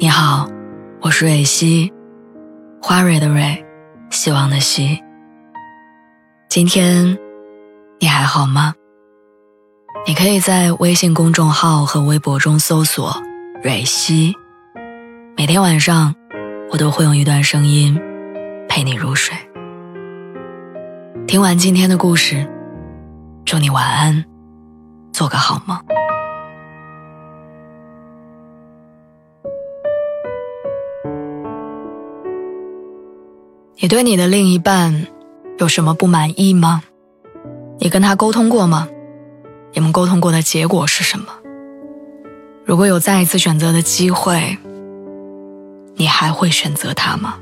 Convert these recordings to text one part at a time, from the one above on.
你好，我是蕊希，花蕊的蕊，希望的希。今天你还好吗？你可以在微信公众号和微博中搜索蕊希，每天晚上我都会用一段声音陪你入睡。听完今天的故事，祝你晚安，做个好梦。你对你的另一半有什么不满意吗？你跟他沟通过吗？你们沟通过的结果是什么？如果有再一次选择的机会，你还会选择他吗？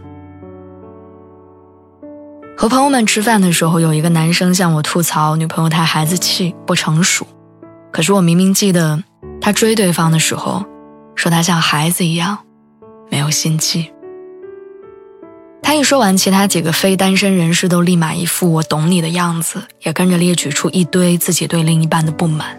和朋友们吃饭的时候，有一个男生向我吐槽女朋友太孩子气不成熟，可是我明明记得他追对方的时候说他像孩子一样没有心机。他一说完，其他几个非单身人士都立马一副我懂你的样子，也跟着列举出一堆自己对另一半的不满。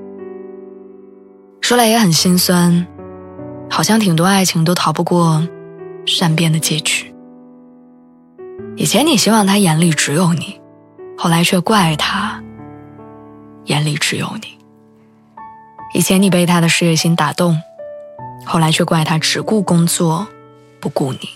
说来也很心酸，好像挺多爱情都逃不过善变的结局。以前你希望他眼里只有你，后来却怪他眼里只有你。以前你被他的事业心打动，后来却怪他只顾工作不顾你。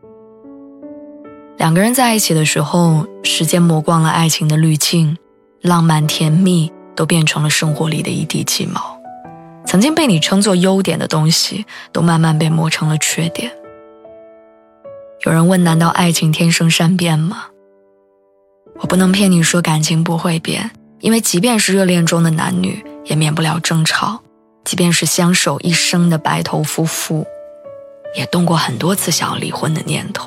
两个人在一起的时候，时间磨光了爱情的滤镜，浪漫甜蜜都变成了生活里的一地鸡毛。曾经被你称作优点的东西，都慢慢被磨成了缺点。有人问，难道爱情天生善变吗？我不能骗你说感情不会变，因为即便是热恋中的男女，也免不了争吵；即便是相守一生的白头夫妇，也动过很多次想要离婚的念头。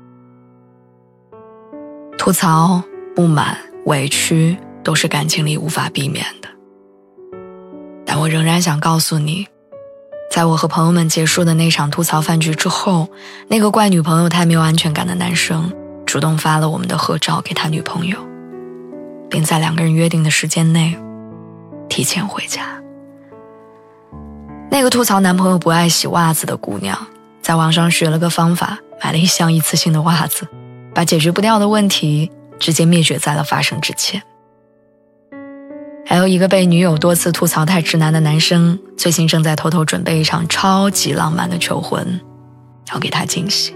吐槽、不满、委屈都是感情里无法避免的。但我仍然想告诉你，在我和朋友们结束的那场吐槽饭局之后，那个怪女朋友太没有安全感的男生主动发了我们的合照给他女朋友，并在两个人约定的时间内提前回家。那个吐槽男朋友不爱洗袜子的姑娘，在网上学了个方法，买了一箱一次性的袜子，把解决不掉的问题直接灭绝在了发生之前。还有一个被女友多次吐槽太直男的男生，最近正在偷偷准备一场超级浪漫的求婚，要给他惊喜。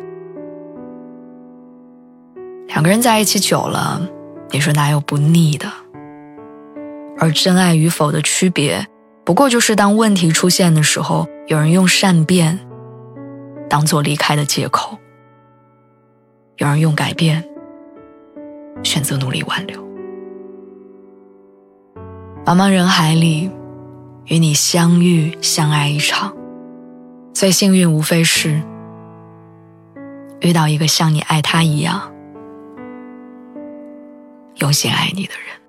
两个人在一起久了，你说哪有不腻的？而真爱与否的区别，不过就是当问题出现的时候，有人用善变当作离开的借口，有人用改变选择努力挽留。茫茫人海里，与你相遇相爱一场，最幸运无非是遇到一个像你爱他一样用心爱你的人。